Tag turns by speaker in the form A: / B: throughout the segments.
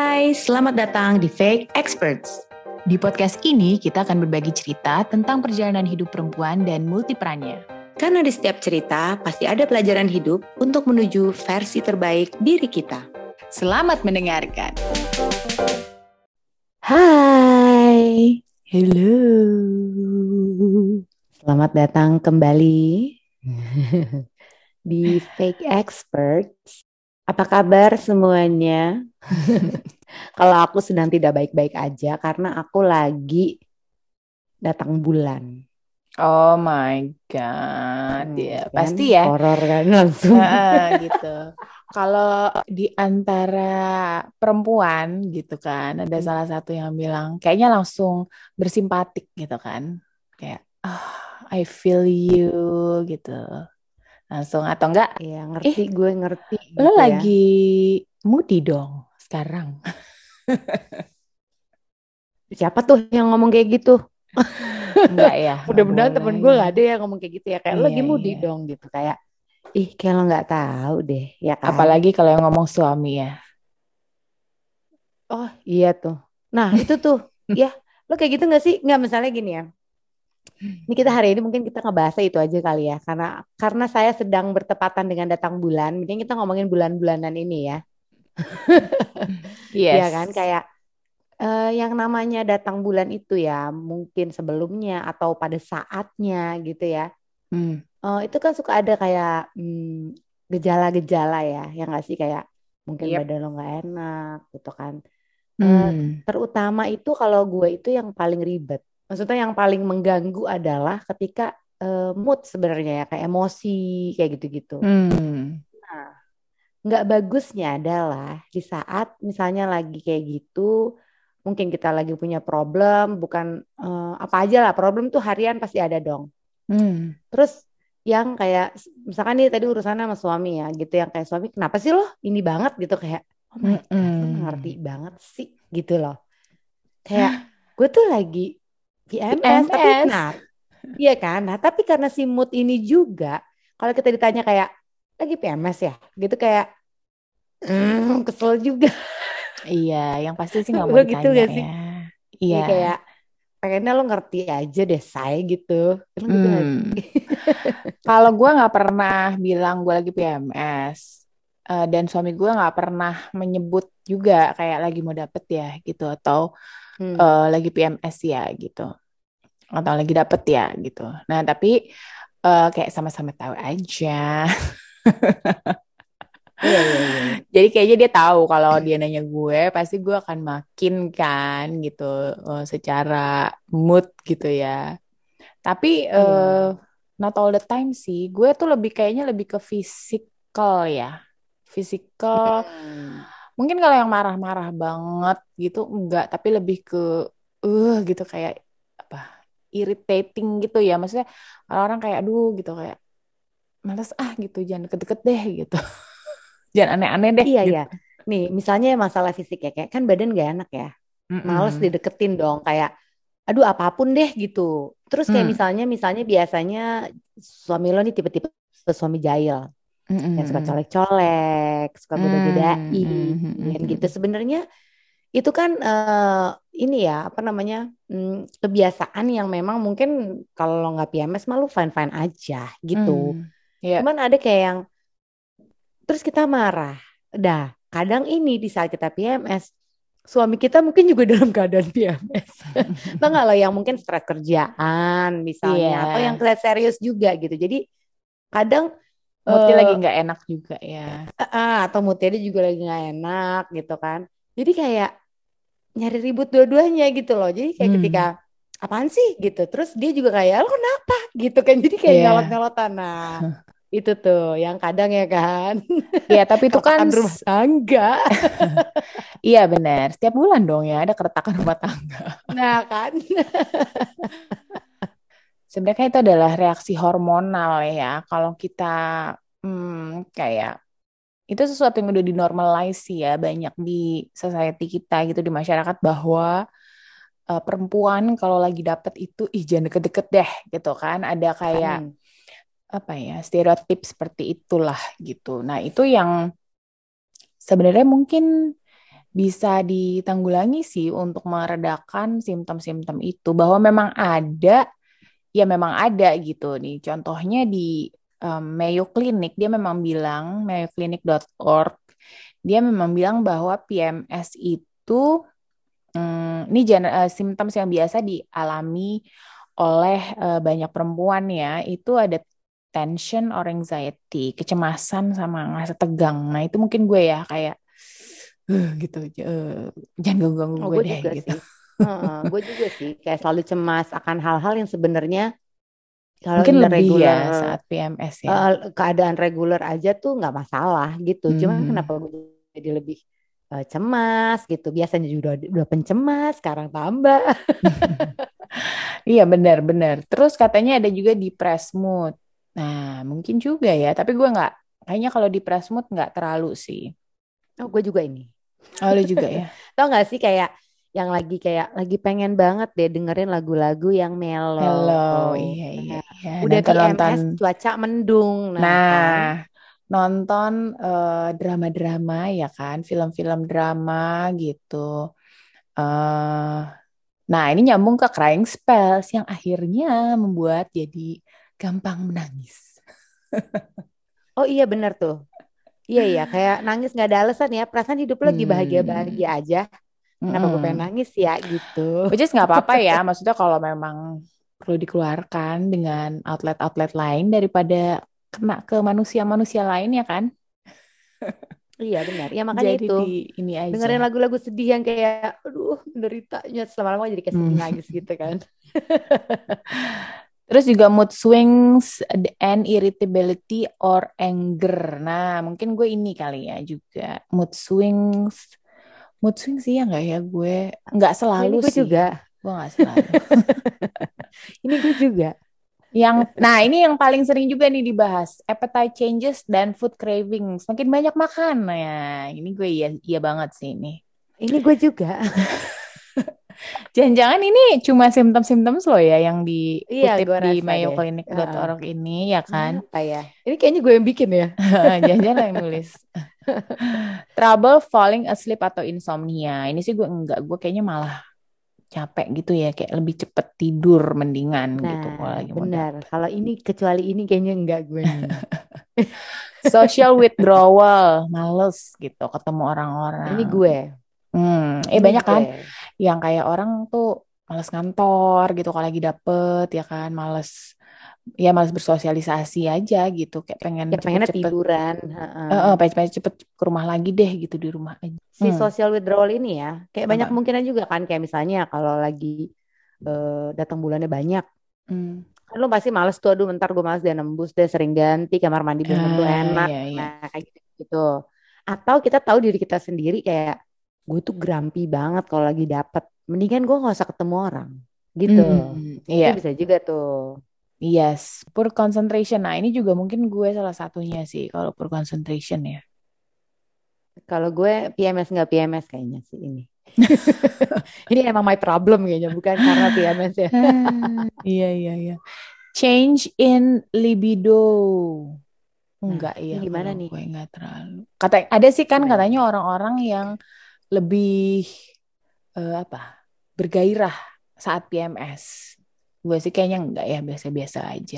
A: Hai, selamat datang di Fake Experts.
B: Di podcast ini kita akan berbagi cerita tentang perjalanan hidup perempuan dan multiperannya.
A: Karena di setiap cerita pasti ada pelajaran hidup untuk menuju versi terbaik diri kita.
B: Selamat mendengarkan.
A: Hai.
B: Hello.
A: Selamat datang kembali di Fake Experts. Apa kabar semuanya? Kalau aku sedang tidak baik-baik aja karena aku lagi datang bulan.
B: Oh my God, ya
A: Kan?
B: pasti ya.
A: Horor kan langsung.
B: Gitu. Kalau di antara perempuan gitu kan, ada salah satu yang bilang kayaknya langsung bersimpatik gitu kan, kayak I feel you gitu, langsung atau enggak?
A: Iya, gue ngerti
B: Lo
A: gitu ya.
B: lagi moody dong sekarang.
A: Siapa tuh yang ngomong kayak gitu?
B: Enggak ya, enggak
A: Mudah-mudahan temen
B: boleh
A: gue
B: ya.
A: gak ada yang ngomong kayak gitu ya. Kayak lo
B: Iya,
A: lagi moody
B: iya.
A: dong gitu. Kayak, kayak lo gak tahu deh, ya kan?
B: Apalagi kalau yang ngomong suami ya.
A: Oh iya tuh. Nah itu tuh, ya lo kayak gitu gak sih? Nggak, misalnya gini ya. Ini kita hari ini mungkin kita ngebahas itu aja kali ya. Karena saya sedang bertepatan dengan datang bulan. Mending kita ngomongin bulan-bulanan ini ya. Iya kan?
B: Yes.
A: Kayak yang namanya datang bulan itu ya, mungkin sebelumnya atau pada saatnya gitu ya.
B: Hmm.
A: Itu kan suka ada kayak gejala-gejala ya, yang nggak sih, kayak mungkin
B: Yep.
A: badan lo nggak enak gitu kan. Eh,
B: Hmm.
A: Terutama itu kalau gue itu yang paling ribet. Maksudnya yang paling mengganggu adalah ketika mood sebenarnya ya, kayak emosi kayak gitu-gitu.
B: Hmm.
A: Nah, nggak bagusnya adalah di saat misalnya lagi kayak gitu, mungkin kita lagi punya problem, bukan apa aja lah, problem tuh harian pasti ada dong.
B: Hmm.
A: Terus yang kayak misalkan nih tadi urusannya sama suami ya gitu, yang kayak suami kenapa sih lo ini banget gitu, kayak oh my God lo nggak ngerti
B: Hmm.
A: banget sih gitu loh. Kayak gue tuh lagi PMS tapi
B: PMS.
A: nah iya kan, nah tapi karena si mood ini juga kalau kita ditanya kayak lagi PMS ya gitu, kayak kesel juga.
B: Iya, yang pasti sih nggak mau
A: Lo gitu
B: ditanya
A: gak
B: ya.
A: sih?
B: Iya.
A: Iya, kayak pengennya lo ngerti aja deh say gitu. Lo gitu gak sih?
B: Hmm. Kalau gue nggak pernah bilang gue lagi PMS, dan suami gue nggak pernah menyebut juga kayak lagi mau dapet ya gitu, atau
A: Hmm.
B: lagi PMS ya gitu, atau lagi dapet ya gitu. Nah tapi kayak sama-sama tahu aja.
A: Iya, iya, iya, iya.
B: Jadi kayaknya dia tahu kalau dia nanya gue, pasti gue akan makin kan gitu, secara mood gitu ya. Tapi
A: Iya.
B: not all the time sih. Gue tuh kayaknya lebih ke physical ya. Physical.
A: Hmm.
B: Mungkin kalau yang marah-marah banget gitu enggak, tapi lebih ke gitu, kayak apa? Irritating gitu ya. Maksudnya orang-orang kayak aduh gitu, kayak males gitu, jangan deket-deket deh gitu. Jangan aneh-aneh deh
A: Iya, iya.
B: gitu.
A: Nih, misalnya masalah fisik ya, kayak kan badan gak enak ya. Males
B: Mm-mm.
A: dideketin dong, kayak aduh apapun deh gitu. Terus kayak
B: Hmm.
A: misalnya biasanya suami lo nih tipe-tipe suami jahil yang suka
B: Mm-mm.
A: colek-colek, suka
B: Mm-mm.
A: beda-bedain gitu. Sebenarnya itu kan ini ya apa namanya, kebiasaan yang memang mungkin kalau lo nggak PMS mah lo fine-fine aja gitu.
B: Mm. Ya.
A: Cuman ada kayak yang terus kita marah. Dah, kadang ini di saat kita PMS, suami kita mungkin juga dalam keadaan PMS. Tau nggak lo, yang mungkin stres kerjaan
B: Iya.
A: misalnya, atau yang kelihatan serius juga gitu. Jadi kadang
B: Moodnya lagi
A: eh
B: nggak enak juga ya.
A: atau moodnya dia juga lagi nggak enak gitu kan. Jadi kayak nyari ribut dua-duanya gitu loh. Jadi kayak ketika
B: Hmm.
A: apaan sih gitu. Terus dia juga kayak lo kenapa gitu kan. Jadi kayak
B: Iya.
A: nyolot-nyolotan. Nah, itu tuh yang kadang ya kan.
B: Iya, tapi itu kan
A: Keretakan rumah tangga.
B: iya benar. Setiap bulan dong ya ada keretakan rumah tangga.
A: Nah kan.
B: Sebenarnya itu adalah reaksi hormonal ya. Kalau kita kayak itu sesuatu yang udah dinormalize sih ya, banyak di society kita gitu, di masyarakat, bahwa perempuan kalau lagi dapet itu ih jangan deket-deket deh gitu kan. Ada kayak
A: Hmm.
B: apa ya, stereotip seperti itulah gitu. Nah, itu yang sebenarnya mungkin bisa ditanggulangi sih untuk meredakan simptom-simptom itu bahwa memang ada, ya memang ada gitu nih. Contohnya di Mayo Clinic dia memang bilang mayoclinic.org dia memang bilang bahwa PMS itu ini simptom yang biasa dialami oleh banyak perempuan ya, itu ada tension or anxiety, kecemasan sama ngerasa tegang. Nah, itu mungkin gue ya kayak gitu jangan ganggu-ganggu
A: Oh,
B: gue
A: gue
B: deh
A: juga
B: gitu.
A: sih. Gue juga sih kayak selalu cemas akan hal-hal yang sebenarnya kalau
B: Mungkin
A: in the
B: lebih ya
A: regular
B: saat PMS ya.
A: keadaan reguler aja tuh nggak masalah gitu. Cuma
B: Mhm.
A: kenapa gue jadi lebih cemas gitu. Biasanya juga udah pencemas, sekarang tambah.
B: Iya benar-benar. Terus katanya ada juga depressed mood. Nah, mungkin juga ya, tapi gue nggak, kayaknya kalau depressed mood nggak terlalu sih.
A: Oh, gue juga ini.
B: Oh, lu juga ya.
A: Tau gak sih kayak yang lagi pengen banget deh dengerin lagu-lagu yang
B: Hello,
A: mellow.
B: iya iya
A: Nah,
B: iya.
A: udah
B: Nonton-nonton.
A: PMS cuaca mendung. Nah kan.
B: Nah, nonton drama-drama ya kan, film-film drama gitu. eh nah, ini nyambung ke crying spells yang akhirnya membuat jadi gampang menangis.
A: Oh iya bener tuh. Iya iya kayak nangis nggak ada alasan ya. Perasaan hidup lo lagi bahagia-bahagia
B: Hmm,
A: aja. Kenapa gue pengen
B: mm-mm.
A: nangis ya gitu.
B: Which is nggak apa-apa ya, maksudnya kalau memang perlu dikeluarkan dengan outlet-outlet lain daripada kena ke manusia-manusia lain ya kan.
A: Iya benar. Ya makanya
B: Jadi
A: itu.
B: di ini aja.
A: Dengerin lagu-lagu sedih yang kayak aduh menderitanya lama-lama jadi kayak sedih
B: Hmm.
A: nangis gitu kan.
B: Terus juga mood swings and irritability or anger. Nah, mungkin gue ini kali ya juga mood swings. Mood swings sih ya nggak ya gue nggak
A: Nah, ini
B: selalu
A: gue
B: sih.
A: juga.
B: Gue nggak selalu.
A: Ini gue juga.
B: Nah ini yang paling sering juga nih dibahas, appetite changes dan food craving. Semakin banyak makan, nah ya, ini gue iya, iya banget sih ini.
A: Ini gue juga.
B: Jangan-jangan ini cuma simptom-simptom lo ya yang
A: Iya,
B: dikutip
A: gue
B: di
A: rasa deh. Heeh.
B: mayoclinic.org ini ya kan?
A: Kenapa ya? Ini kayaknya gue yang bikin ya.
B: Jangan-jangan lo yang nulis. Trouble falling asleep atau insomnia. Ini sih gue enggak, gue kayaknya malah capek gitu ya, kayak lebih cepet tidur mendingan gitu
A: Nah,
B: kalau lagi mau
A: benar.
B: dapet.
A: Kalau ini kecuali ini kayaknya enggak gue nih.
B: Social withdrawal, males gitu ketemu orang-orang.
A: Ini gue. Ini
B: Banyak kan
A: gue.
B: yang kayak orang tuh males ngantor gitu kalau lagi dapet ya kan, males bersosialisasi aja gitu, kayak pengen
A: Ya pengennya
B: cepet-cepet,
A: tiduran. Heeh.
B: pengen cepet ke rumah lagi deh gitu di rumah aja.
A: Si social withdrawal ini ya, kayak banyak
B: Apa?
A: kemungkinan juga kan. Kayak misalnya kalau lagi datang bulannya banyak.
B: Hmm.
A: Kan lu pasti males tuh, aduh bentar gue males deh nembus deh sering ganti kamar mandi belum tentu enak.
B: Iya iya.
A: Nah kayak gitu, gitu. Atau kita tahu diri kita sendiri kayak gue tuh grumpy banget kalau lagi dapet. Mendingan gue nggak usah ketemu orang gitu. Itu
B: Iya.
A: bisa juga tuh.
B: Yes, poor concentration. Nah, ini juga mungkin gue salah satunya sih kalau poor concentration ya.
A: Kalau gue PMS nggak PMS kayaknya sih ini. Ini emang my problem kayaknya bukan karena PMS ya.
B: Iya, iya, iya. Change in libido.
A: Nah,
B: Enggak
A: ini
B: ya
A: gimana
B: kalau
A: nih?
B: gue enggak terlalu. Ada sih kan
A: Gimana?
B: katanya orang-orang yang lebih apa? Bergairah saat PMS. Gue sih kayaknya enggak ya, biasa-biasa aja.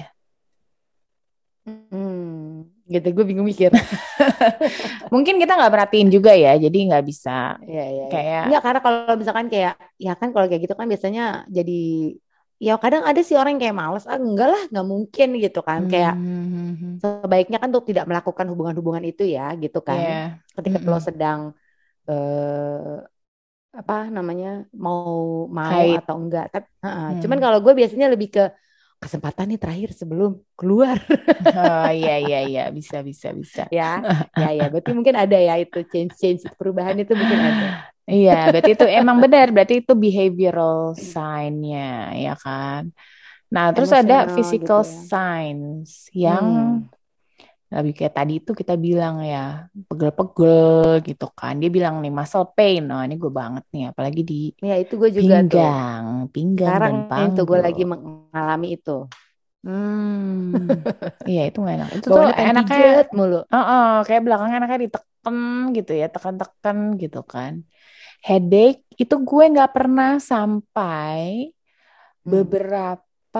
A: Gitu gue bingung mikir.
B: Mungkin kita nggak perhatiin juga ya, jadi nggak bisa
A: Iya, iya, iya.
B: kayak
A: Enggak, karena kalau misalkan kayak, ya kan kalau kayak gitu kan biasanya jadi, ya kadang ada sih orang yang kayak males, ah enggak lah, nggak mungkin gitu kan. Kayak sebaiknya kan untuk tidak melakukan hubungan-hubungan itu ya gitu kan.
B: ya.
A: Ketika lo sedang, eh, apa namanya, mau mau
B: Haid.
A: atau enggak. Tapi, cuman
B: Hmm.
A: kalau gue biasanya lebih ke kesempatan nih terakhir sebelum keluar.
B: Oh iya iya iya bisa bisa bisa.
A: Ya, ya, ya. Berarti mungkin ada ya itu change-change, perubahan itu mungkin ada.
B: Iya, berarti itu emang benar, berarti itu behavioral sign-nya, ya kan? Nah, terus ada
A: Emosional
B: physical
A: gitu ya.
B: signs yang
A: Hmm.
B: lebih kayak tadi itu kita bilang ya, pegel-pegel gitu kan. Dia bilang nih muscle pain. Nah, ini gue banget nih, apalagi di
A: Ya itu gue juga tuh.
B: pinggang, pinggang
A: Sekarang
B: dan
A: itu gue lagi
B: panggul.
A: mengalami itu.
B: Hmm, iya itu nggak enak. Itu tuh
A: Bawaannya pengen
B: enaknya,
A: pijet mulu.
B: kayak belakangnya enaknya diteken gitu ya, tekan-tekan gitu kan. Headache itu gue nggak pernah sampai
A: Hmm.
B: beberapa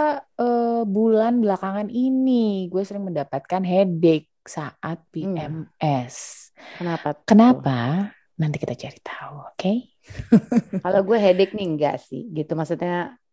B: bulan belakangan ini. Gue sering mendapatkan headache saat
A: Hmm.
B: PMS.
A: Kenapa tuh?
B: Kenapa? Nanti kita cari tahu, oke?
A: Kalau gue headache nih enggak sih, gitu. Maksudnya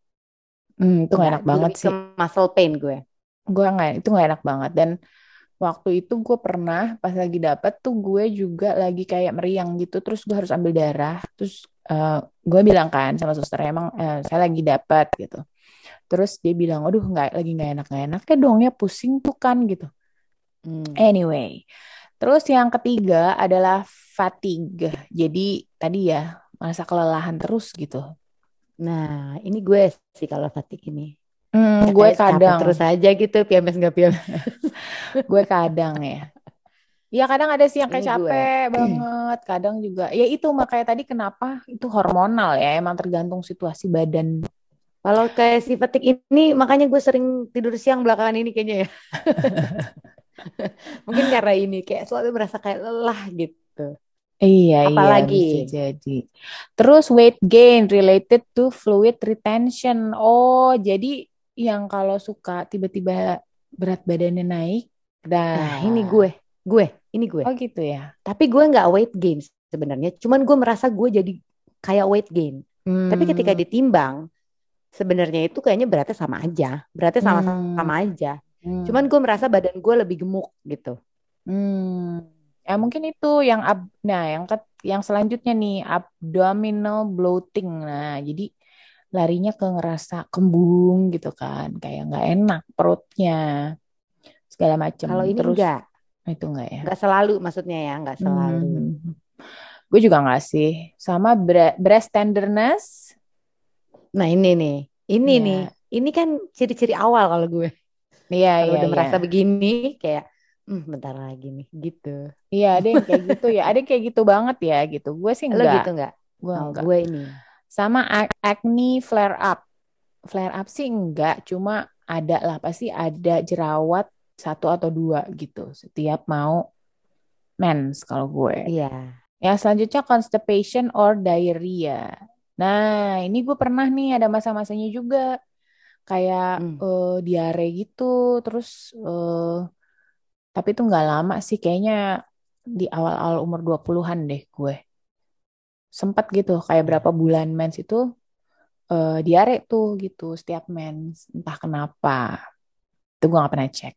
B: Itu nggak
A: enggak,
B: enak banget
A: lebih ke
B: sih.
A: muscle pain gue.
B: Gue nggak, itu nggak enak banget. Dan waktu itu gue pernah pas lagi dapet tuh gue juga lagi kayak meriang gitu. Terus gue harus ambil darah. Terus gue bilang kan sama suster emang saya lagi dapet gitu. Terus dia bilang, aduh lagi nggak enak ya dong ya pusing tuh kan gitu.
A: Hmm.
B: Anyway, terus yang ketiga adalah fatigue. Jadi tadi ya masa kelelahan terus gitu.
A: Nah, ini gue sih kalau fatigue ini.
B: Gue
A: Kayak capek
B: kadang,
A: terus aja gitu, PMS nggak PMS.
B: gue kadang ya. Ya kadang ada sih yang kayak
A: Ini gue.
B: capek banget, kadang juga. Ya itu makanya tadi kenapa itu hormonal ya, emang tergantung situasi badan.
A: Kalau kayak si fatigue ini, makanya gue sering tidur siang belakangan ini kayaknya ya. Mungkin karena ini, kayak selalu merasa kayak lelah gitu.
B: Iya, iya, bisa
A: Apalagi,
B: jadi. Terus weight gain related to fluid retention. Oh, jadi yang kalau suka tiba-tiba berat badannya naik,
A: nah
B: dah.
A: ini gue.
B: Oh gitu ya.
A: Tapi gue nggak weight gain sebenarnya. Cuman gue merasa gue jadi kayak weight gain. Tapi ketika
B: Hmm,
A: ditimbang, sebenarnya itu kayaknya beratnya sama aja. Beratnya
B: hmm,
A: sama-sama aja. Cuman
B: hmm,
A: gue merasa badan gue lebih gemuk gitu.
B: hmm. Ya mungkin itu yang nah yang selanjutnya nih abdominal bloating. Nah, jadi larinya ke ngerasa kembung gitu kan, kayak nggak enak perutnya segala macem.
A: Kalau ini
B: Terus itu enggak ya?
A: enggak selalu maksudnya ya, enggak selalu.
B: Hmm. Gue juga nggak sih. Sama breast tenderness.
A: Nah ini nih,
B: Ya,
A: ini kan ciri-ciri awal kalau gue.
B: iya,
A: Kalau
B: iya,
A: udah
B: iya.
A: merasa begini, kayak, bentar lagi nih, gitu.
B: Iya, ada yang kayak gitu ya. Ada yang kayak gitu banget ya gitu. Gue sih
A: Lo
B: enggak.
A: gitu nggak?
B: Gue
A: Oh,
B: enggak.
A: gue ini.
B: Sama acne flare up. Flare up sih enggak. Cuma ada lah. Pasti ada jerawat satu atau dua gitu. Setiap mau mens kalau gue.
A: Iya.
B: Yang selanjutnya constipation or diarrhea. Nah, ini gue pernah nih ada masa-masanya juga. Kayak
A: Hmm.
B: diare gitu. Terus tapi itu nggak lama sih kayaknya di awal-awal umur 20-an deh gue. Sempet gitu kayak berapa bulan mens itu diare tuh gitu setiap mens. Entah kenapa. Itu gue nggak pernah cek.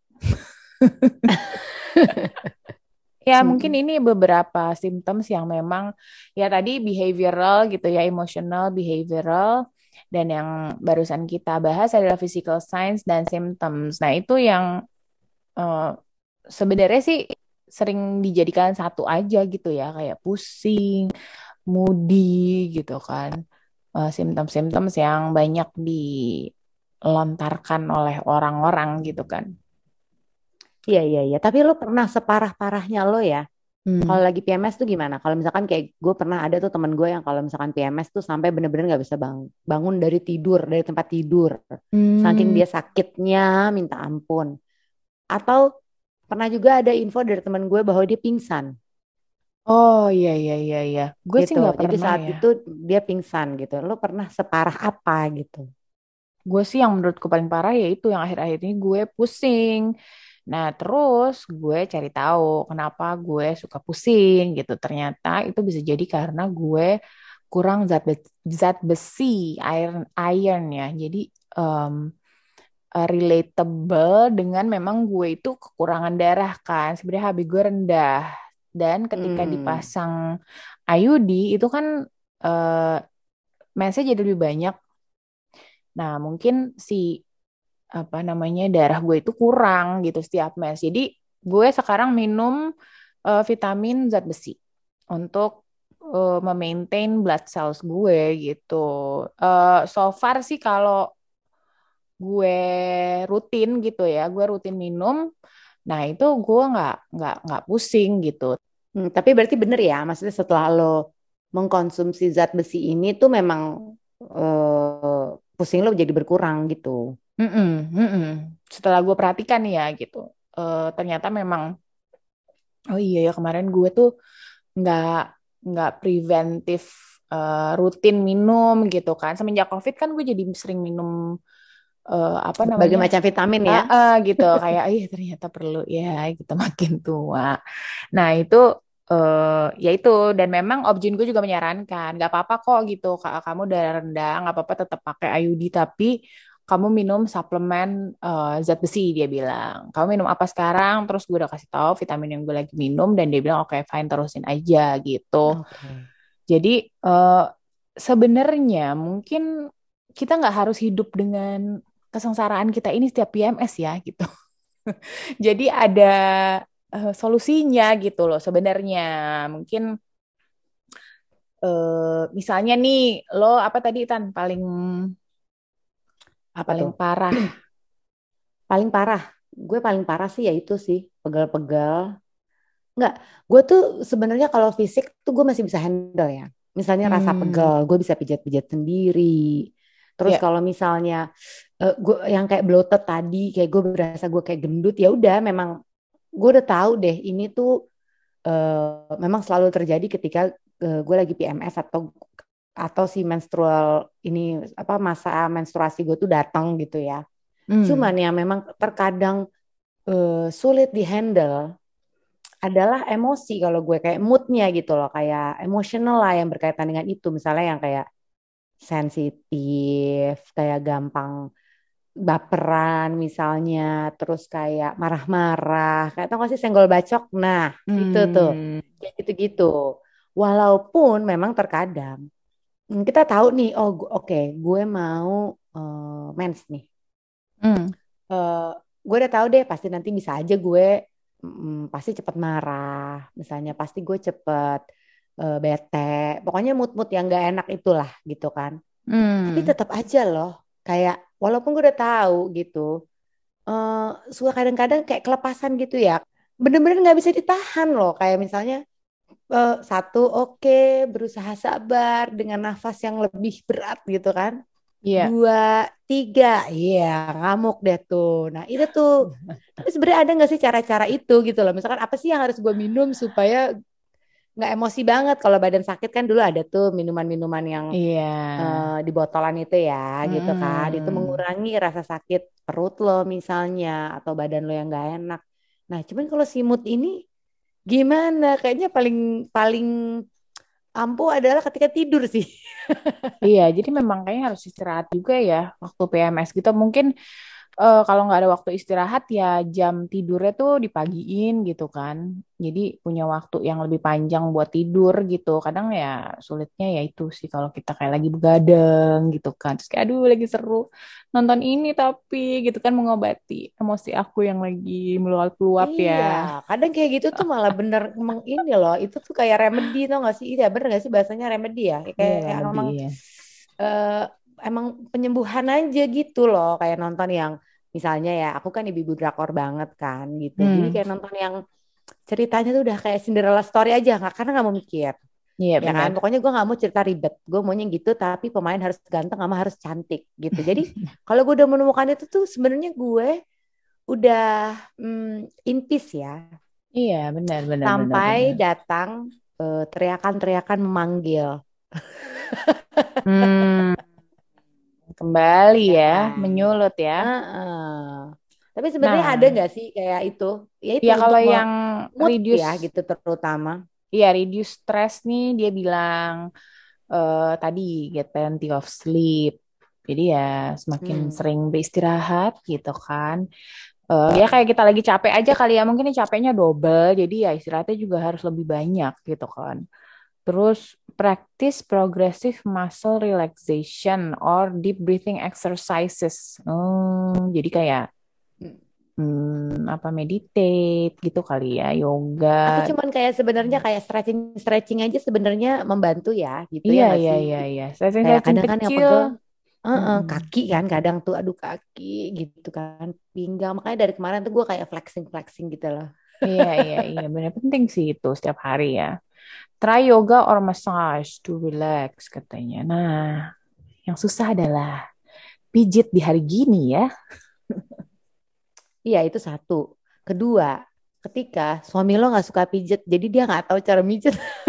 B: Ya mungkin
A: Mm-mm.
B: ini beberapa symptoms yang memang ya tadi behavioral gitu ya, emotional, behavioral. Dan yang barusan kita bahas adalah physical signs dan symptoms. Nah itu yang eh, sebenarnya sih sering dijadikan satu aja gitu ya, kayak pusing, moody gitu kan. Simptom-simptom yang banyak dilontarkan oleh orang-orang gitu kan.
A: Iya, iya, iya. Tapi lo pernah separah-parahnya lo ya?
B: Hmm.
A: Kalau lagi PMS tuh gimana? Kalau misalkan kayak gue pernah ada tuh temen gue yang kalau misalkan PMS tuh sampai bener-bener nggak bisa bangun dari tidur, dari tempat tidur. Saking
B: Hmm.
A: dia sakitnya minta ampun. Atau pernah juga ada info dari temen gue bahwa dia pingsan
B: Oh iya iya iya iya. Gue sih
A: gitu.
B: nggak
A: Jadi
B: pernah
A: saat
B: ya.
A: itu dia pingsan gitu. Lo pernah separah apa gitu?
B: Gue sih yang menurutku paling parah yaitu yang akhir-akhir ini gue pusing. Nah terus gue cari tahu kenapa gue suka pusing gitu. Ternyata itu bisa jadi karena gue kurang zat besi, iron ya. Jadi em, relatable dengan memang gue itu kekurangan darah kan. Sebenarnya HB gue rendah. Dan ketika
A: Hmm.
B: dipasang IUD itu kan eh, mensnya jadi lebih banyak. Nah, mungkin si apa namanya darah gue itu kurang gitu setiap mens. Jadi gue sekarang minum vitamin zat besi untuk memaintain blood cells gue gitu. So far sih kalau gue rutin gitu ya, gue rutin minum. Nah itu gue nggak pusing gitu.
A: Tapi berarti bener ya, maksudnya setelah lo mengkonsumsi zat besi ini tuh memang pusing lo jadi berkurang gitu.
B: Mm-mm, mm-mm. Setelah gue perhatikan nih ya gitu, ternyata memang, oh iya ya kemarin gue tuh nggak nggak preventif, rutin minum gitu kan. Semenjak COVID kan gue jadi sering minum, apa
A: Berbagai
B: namanya,
A: macam vitamin ya.
B: gitu kayak, ternyata perlu ya kita makin tua. Nah itu, ya itu, dan memang objin gue juga menyarankan nggak apa-apa kok gitu, kamu darah rendah nggak apa-apa tetap pakai IUD, tapi kamu minum suplemen, zat besi, dia bilang. Kamu minum apa sekarang? Terus gue udah kasih tahu vitamin yang gue lagi minum dan dia bilang oke fine terusin aja gitu.
A: Oke.
B: Jadi, sebenarnya mungkin kita nggak harus hidup dengan kesengsaraan kita ini setiap PMS ya gitu. Jadi ada, solusinya gitu loh sebenarnya. Mungkin, misalnya nih, lo apa tadi Tan paling
A: Apa
B: paling
A: tuh?
B: parah?
A: Paling parah. Gue paling parah sih ya itu sih, pegal-pegal. Enggak, gue tuh sebenarnya kalau fisik tuh gue masih bisa handle ya. Misalnya rasa
B: Hmm,
A: pegal, gue bisa pijat-pijat sendiri. Terus
B: ya.
A: kalau misalnya gue yang kayak bloated tadi, kayak gue berasa gue kayak gendut, ya udah memang gue udah tahu deh ini tuh memang selalu terjadi ketika gue lagi PMS atau si menstrual ini apa masa menstruasi gue tuh datang gitu ya. Cuman
B: Hmm,
A: ya memang terkadang sulit dihandle adalah emosi kalau gue kayak moodnya gitu loh kayak emosional lah yang berkaitan dengan itu misalnya yang kayak sensitif kayak gampang baperan misalnya terus kayak marah-marah kayak tau gak sih senggol bacok nah itu tuh
B: hmm,
A: kayak gitu-gitu walaupun memang terkadang kita tahu nih oh oke gue mau mens nih.
B: hmm,
A: eh, gue udah tahu deh pasti nanti bisa aja gue pasti cepet marah misalnya pasti gue cepet bete pokoknya mood-mood yang gak enak itulah gitu kan tapi
B: hmm.
A: tetap aja loh kayak walaupun gue udah tahu gitu eh suka kadang-kadang kayak kelepasan gitu ya bener-bener nggak bisa ditahan loh kayak misalnya satu oke berusaha sabar dengan nafas yang lebih berat gitu kan
B: Iya.
A: dua, tiga, iya ngamuk deh tuh. Nah itu tuh, tapi sebenarnya ada nggak sih cara-cara itu gitu loh. Misalkan apa sih yang harus gue minum supaya nggak emosi banget. Kalau badan sakit kan dulu ada tuh minuman-minuman yang
B: Iya.
A: di botolan itu ya gitu kan. Itu
B: Mm-mm.
A: mengurangi rasa sakit perut lo misalnya atau badan lo yang nggak enak. Nah cuman kalau si mood ini gimana? Kayaknya paling paling ampuh adalah ketika tidur sih.
B: Iya, jadi memang kayaknya harus istirahat juga ya waktu PMS gitu. Mungkin, kalau nggak ada waktu istirahat ya jam tidurnya tuh dipagiin gitu kan. Jadi punya waktu yang lebih panjang buat tidur gitu. Kadang ya sulitnya ya itu sih kalau kita kayak lagi begadang gitu kan. Terus kayak aduh lagi seru nonton ini tapi gitu kan mengobati emosi aku yang lagi meluap-luap ya.
A: Iya, kadang kayak gitu tuh malah bener emang ini loh, itu tuh kayak remedi tau gak sih? Iya bener gak sih bahasanya remedi ya?
B: Iya
A: Kayak
B: remedi
A: emang
B: ya.
A: eh, emang penyembuhan aja gitu loh, kayak nonton yang misalnya ya, aku kan ibu-ibu drakor banget kan gitu, jadi
B: Hmm,
A: kayak nonton yang ceritanya tuh udah kayak Cinderella story aja, nggak karena nggak mau mikir,
B: iya
A: ya kan?
B: benar.
A: Pokoknya gue nggak mau cerita ribet, gue maunya gitu, tapi pemain harus ganteng sama harus cantik gitu. Jadi kalau gue udah menemukan itu tuh sebenarnya gue udah in peace ya
B: Iya benar benar benar
A: sampai
B: benar.
A: datang teriakan-teriakan memanggil,
B: Hmm, kembali
A: ya
B: ya,
A: kan?
B: menyulut ya.
A: Heeh. Tapi sebenarnya ada
B: Nah,
A: nggak sih kayak itu? Ya itu
B: ya
A: untuk
B: kalau yang
A: mood ya
B: reduce,
A: gitu terutama.
B: ya reduce stress nih, dia bilang, tadi get plenty of sleep. Jadi ya semakin
A: Hmm.
B: sering beristirahat gitu kan. Ya kayak kita lagi capek aja kali ya, mungkin ini capeknya double, jadi ya istirahatnya juga harus lebih banyak gitu kan. Terus practice progressive muscle relaxation or deep breathing exercises. Jadi kayak, apa meditate gitu kali ya, yoga.
A: Atau cuman kayak sebenarnya kayak stretching stretching aja sebenarnya membantu ya gitu ya
B: Iya,
A: nggak
B: iya,
A: sih?
B: iya, iya. Stretching
A: Kayak
B: stretching
A: kadang kan yang
B: kecil.
A: pegel
B: Mm-mm.
A: kaki kan kadang tuh aduh kaki gitu kan pinggang makanya dari kemarin tuh gue kayak flexing flexing gitu loh.
B: Iya, iya, iya. Benar penting sih itu setiap hari ya. Try yoga or massage to relax katanya. Nah, yang susah adalah pijit di hari gini ya.
A: Iya itu satu. Kedua, ketika suami lo nggak suka pijet, jadi dia nggak tahu cara mijet.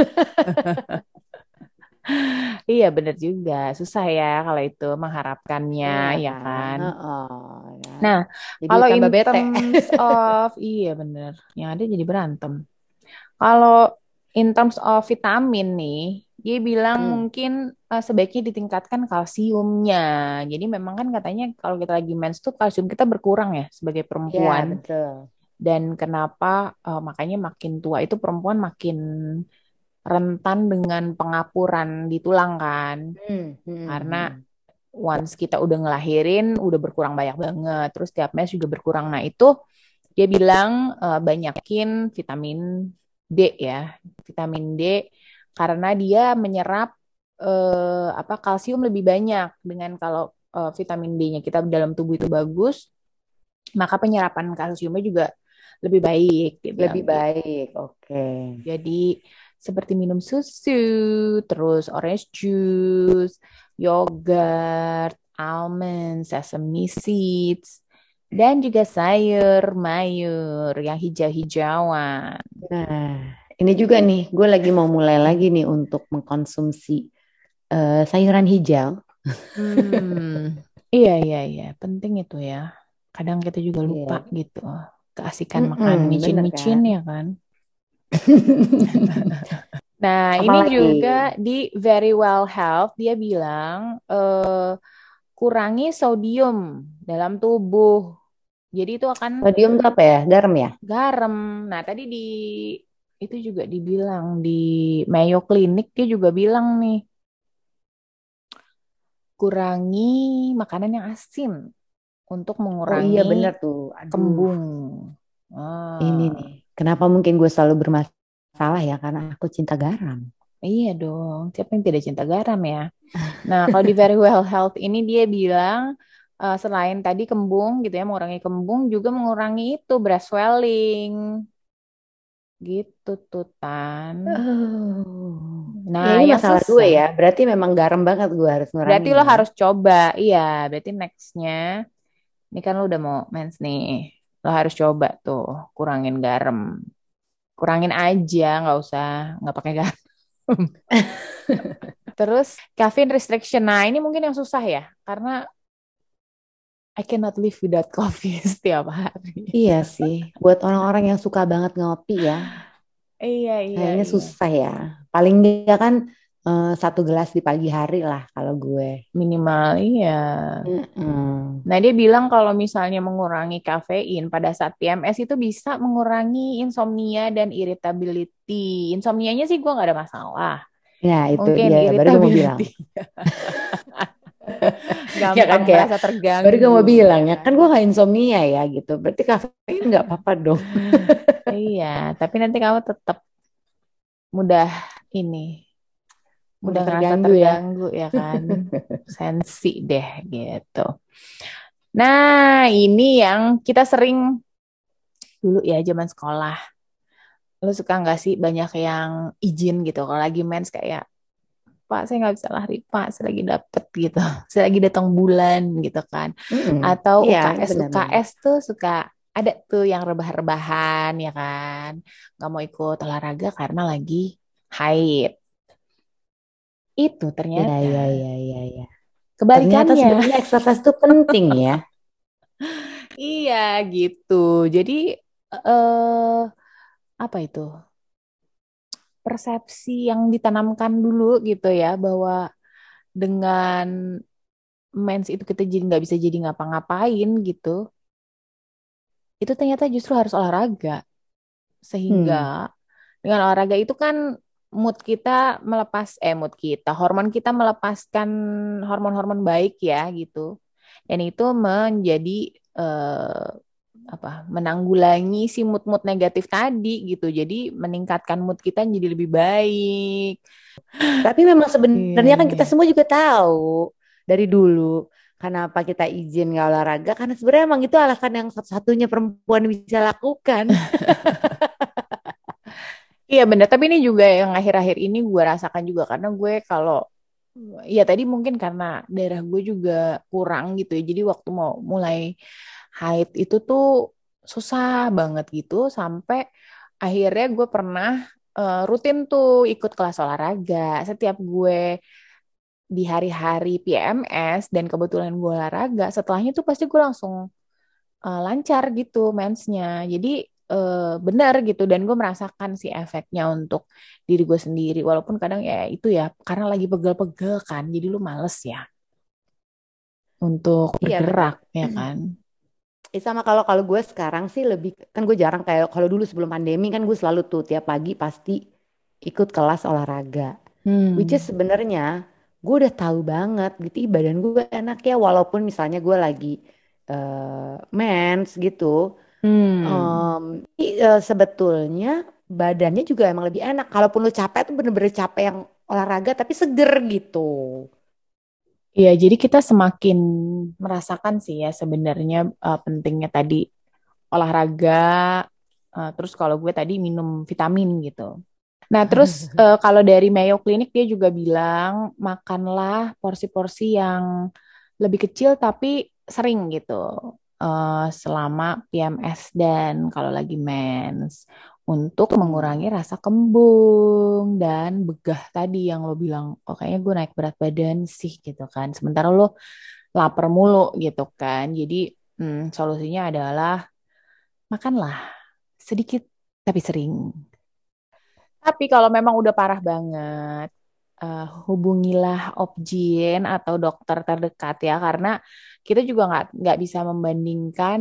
B: Iya bener juga, susah ya kalau itu mengharapkannya,
A: Iya
B: ya
A: kan?
B: kan.
A: Heeh, kan?
B: Nah,
A: Jadi
B: kalau in
A: tambah bete.
B: terms of, iya bener, yang ada jadi berantem. Kalau in terms of vitamin nih, dia bilang
A: Hmm.
B: mungkin sebaiknya ditingkatkan kalsiumnya. Jadi memang kan katanya kalau kita lagi mens tuh kalsium kita berkurang ya sebagai
A: Iya
B: perempuan.
A: betul.
B: Dan kenapa makanya makin tua itu perempuan makin rentan dengan pengapuran di tulang kan. Karena once kita udah ngelahirin, udah berkurang banyak banget. Terus tiap mes juga berkurang. Nah itu dia bilang banyakin vitamin D ya, vitamin D karena dia menyerap apa kalsium lebih banyak dengan kalau vitamin D-nya kita dalam tubuh itu bagus, maka penyerapan kalsiumnya juga lebih baik, dia bilang
A: Lebih
B: gitu.
A: baik. Oke.
B: Jadi seperti minum susu, terus orange juice, yogurt, almond, sesame seeds, dan juga sayur mayur yang hijau-hijauan.
A: Nah, ini juga nih, gue lagi mau mulai lagi nih untuk mengkonsumsi sayuran hijau.
B: Hmm, iya iya iya, penting itu ya. Kadang kita juga lupa
A: Iya.
B: gitu. Keasikan makan
A: Bener
B: micin-micin
A: kan?
B: ya kan. Nah, ini
A: Apalagi?
B: juga di Very Well Health dia bilang kurangi sodium dalam tubuh. Jadi itu akan
A: Sodium tuh apa ya? Garam ya?
B: garam. Nah, tadi di itu juga dibilang di Mayo Clinic dia juga bilang nih, kurangi makanan yang asin untuk
A: Oh iya bener
B: mengurangi
A: tuh. Aduh,
B: kembung.
A: ini
B: Ah,
A: nih. Kenapa mungkin gue selalu bermasalah ya? Karena aku cinta garam.
B: iya dong, siapa yang tidak cinta garam ya? Nah, kalau di Very Well Health ini dia bilang selain tadi kembung gitu ya, mengurangi kembung juga mengurangi itu breast swelling gitu tuh Tan.
A: Oh, ya
B: Nah,
A: ini
B: yang
A: masalah gue ya.
B: susah
A: Berarti memang garam banget gue harus
B: berarti
A: ngurangin
B: lo
A: ya.
B: harus coba. Iya, berarti nextnya ini kan lo udah mau mens nih. Lo harus coba tuh kurangin garam. Kurangin aja, nggak pakai garam. Terus caffeine restriction. Nah, ini mungkin yang susah ya, karena I cannot live without coffee setiap hari.
A: Iya sih. Buat orang-orang yang suka banget ngopi ya,
B: Iya, iya,
A: kayaknya
B: iya.
A: susah ya. Paling dia kan satu gelas di pagi hari lah kalau gue.
B: Minimal, iya.
A: Mm-mm.
B: Nah, dia bilang kalau misalnya mengurangi kafein pada saat PMS itu bisa mengurangi insomnia dan irritability. Insomnianya sih gue nggak ada masalah.
A: Ya itu
B: Mungkin
A: dia. Baru gue mau bilang.
B: irritability.
A: Ya kan
B: Gampang
A: kayak
B: merasa
A: baru gue
B: terganggu,
A: mau bilang
B: ya
A: ya
B: kan?
A: kan gue gak insomnia ya gitu. Berarti kafein nggak apa-apa dong.
B: Iya, tapi nanti kamu tetap mudah ini, mudah
A: Udah
B: ngerasa
A: terganggu ya.
B: terganggu ya kan? Sensi deh gitu. Nah, ini yang kita sering dulu ya zaman sekolah. Lu suka nggak sih banyak yang izin gitu kalau lagi mens kayak Pak saya nggak bisa lari Pak saya lagi dapet gitu saya lagi datang bulan gitu kan
A: Mm-mm.
B: atau
A: Iya
B: UKS
A: benar-benar.
B: UKS tuh suka ada tuh yang rebah-rebahan ya kan nggak mau ikut olahraga karena lagi haid itu
A: Iya
B: ternyata
A: iya iya iya iya. Ternyata
B: kebalikannya.
A: sebenarnya exercise itu penting ya.
B: Iya gitu jadi eh apa itu persepsi yang ditanamkan dulu gitu ya bahwa dengan mens itu kita jadi nggak bisa jadi ngapa-ngapain gitu itu ternyata justru harus olahraga sehingga
A: Hmm.
B: dengan olahraga itu kan mood kita hormon kita melepaskan hormon-hormon baik ya gitu dan itu menjadi eh, apa menanggulangi si mood-mood negatif tadi gitu jadi meningkatkan mood kita jadi lebih baik.
A: Tapi memang
B: Iya,
A: sebenarnya kan
B: iya.
A: kita semua juga tahu dari dulu kenapa kita izin nggak olahraga karena sebenarnya emang itu alasan yang satu-satunya perempuan bisa lakukan.
B: Iya bener, tapi ini juga yang akhir-akhir ini gue rasakan juga karena gue kalau Ya tadi mungkin karena darah gue juga kurang gitu ya. Jadi waktu mau mulai haid itu tuh susah banget gitu sampai akhirnya gue pernah rutin tuh ikut kelas olahraga. Setiap gue di hari-hari PMS dan kebetulan gue olahraga, setelahnya tuh pasti gue langsung lancar gitu mensnya. Jadi benar gitu dan gue merasakan sih efeknya untuk diri gue sendiri. Walaupun kadang ya itu ya karena lagi pegel-pegel kan, jadi lu males ya untuk
A: Iya benar.
B: bergerak ya kan.
A: Sama kalau kalau gue sekarang sih lebih kan gue jarang kayak kalau dulu sebelum pandemi kan gue selalu tuh tiap pagi pasti ikut kelas olahraga. Which is
B: Hmm,
A: sebenarnya gue udah tahu banget gitu ih, badan gue enak ya walaupun misalnya gue lagi mens gitu.
B: hmm.
A: Sebetulnya badannya juga emang lebih enak. Kalaupun lu capek tuh bener-bener capek yang olahraga tapi seger gitu.
B: Iya, jadi kita semakin merasakan sih ya sebenarnya pentingnya tadi olahraga, terus kalau gue tadi minum vitamin gitu. Nah, terus kalau dari Mayo Clinic dia juga bilang makanlah porsi-porsi yang lebih kecil tapi sering gitu selama PMS dan kalau lagi mens untuk mengurangi
A: Hmm.
B: rasa kembung dan begah tadi yang lo bilang, oh kayaknya gue naik berat badan sih gitu kan. Sementara lo lapar mulu gitu kan. Jadi solusinya adalah makanlah sedikit tapi sering. Tapi kalau memang udah parah banget, hubungilah Opjin atau dokter terdekat ya, karena kita juga nggak bisa membandingkan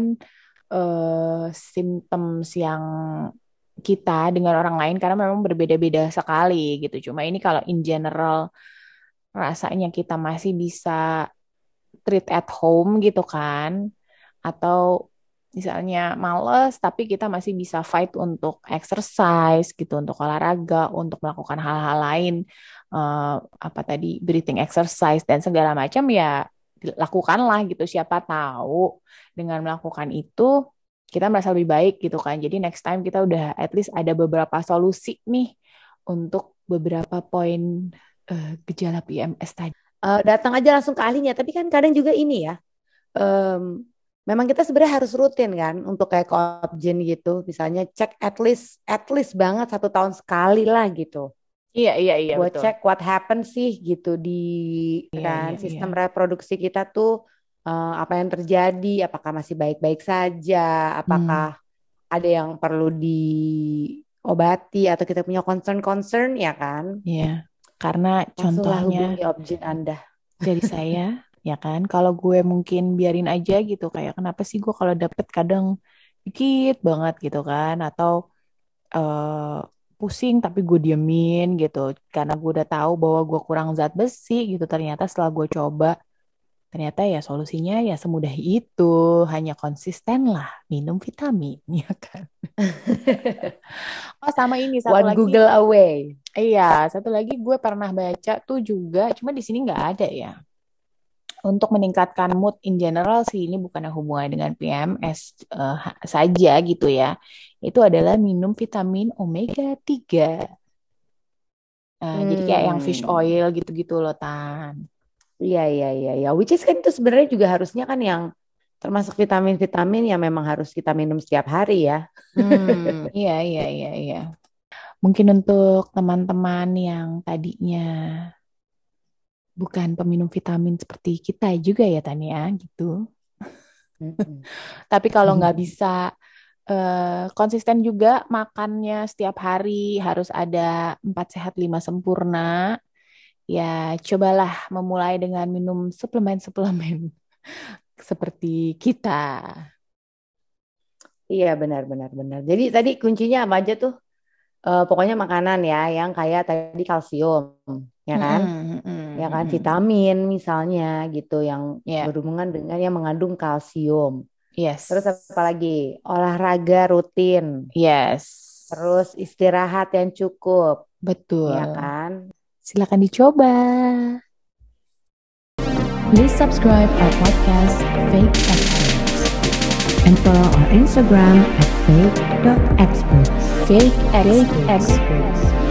B: symptoms yang kita dengan orang lain karena memang berbeda-beda sekali gitu. Cuma ini kalau in general rasanya kita masih bisa treat at home gitu kan, atau misalnya males tapi kita masih bisa fight untuk exercise gitu, untuk olahraga, untuk melakukan hal-hal lain, eh, apa tadi breathing exercise dan segala macam ya lakukanlah gitu. Siapa tahu dengan melakukan itu kita merasa lebih baik gitu kan. Jadi next time kita udah at least ada beberapa solusi nih untuk beberapa poin gejala PMS tadi.
A: Datang aja langsung ke ahlinya. Tapi kan kadang juga ini ya, em, memang kita sebenarnya harus rutin kan untuk kayak ke Opjin gitu. Misalnya cek at least banget 1 tahun sekali lah gitu.
B: Iya, iya, iya,
A: Buat
B: betul.
A: cek what happen sih gitu di
B: Iya,
A: kan
B: iya, iya.
A: sistem reproduksi kita tuh apa yang terjadi, apakah masih baik-baik saja, apakah
B: Hmm,
A: ada yang perlu diobati atau kita punya concern-concern ya kan.
B: iya. Karena
A: Langsunglah
B: contohnya
A: hubungi Opjin Anda.
B: dari saya, ya kan, kalau gue mungkin biarin aja gitu, kayak kenapa sih gue kalau dapet kadang dikit banget gitu kan, atau eh, pusing tapi gue diemin gitu, karena gue udah tahu bahwa gue kurang zat besi gitu. Ternyata setelah gue coba, ternyata ya solusinya ya semudah itu, hanya konsisten lah minum vitamin, ya kan. Oh sama ini satu
A: One
B: lagi.
A: Google away.
B: Iya, satu lagi gue pernah baca tuh juga, cuma di sini nggak ada ya. Untuk meningkatkan mood in general sih, ini bukan hubungan dengan PMS saja gitu ya. Itu adalah minum vitamin omega 3. Nah, jadi kayak yang fish
A: Hmm.
B: oil gitu-gitu loh, Tan.
A: Iya, iya, iya, iya. Which is kan itu sebenarnya juga harusnya kan yang termasuk vitamin-vitamin yang memang harus kita minum setiap hari ya.
B: Iya, iya, iya, iya. Mungkin untuk teman-teman yang tadinya bukan peminum vitamin seperti kita juga ya, Tania, gitu.
A: Mm-mm.
B: Tapi kalau nggak bisa konsisten juga makannya setiap hari harus ada 4 sehat 5 sempurna. Ya, cobalah memulai dengan minum suplemen-suplemen seperti kita.
A: Iya, benar, benar, benar. Jadi tadi kuncinya apa aja tuh? Pokoknya makanan ya, yang kayak tadi kalsium, ya kan?
B: Mm-mm, mm-mm,
A: Ya kan,
B: mm-mm.
A: vitamin misalnya gitu, yang
B: Ya,
A: berhubungan dengan yang mengandung kalsium. Terus
B: yes,
A: apa lagi? Olahraga rutin.
B: yes,
A: Terus istirahat yang cukup, ya
B: betul.
A: kan?
B: Silakan dicoba. Please subscribe our podcast Fake Experts and follow our Instagram at fake.experts. Fake Experts.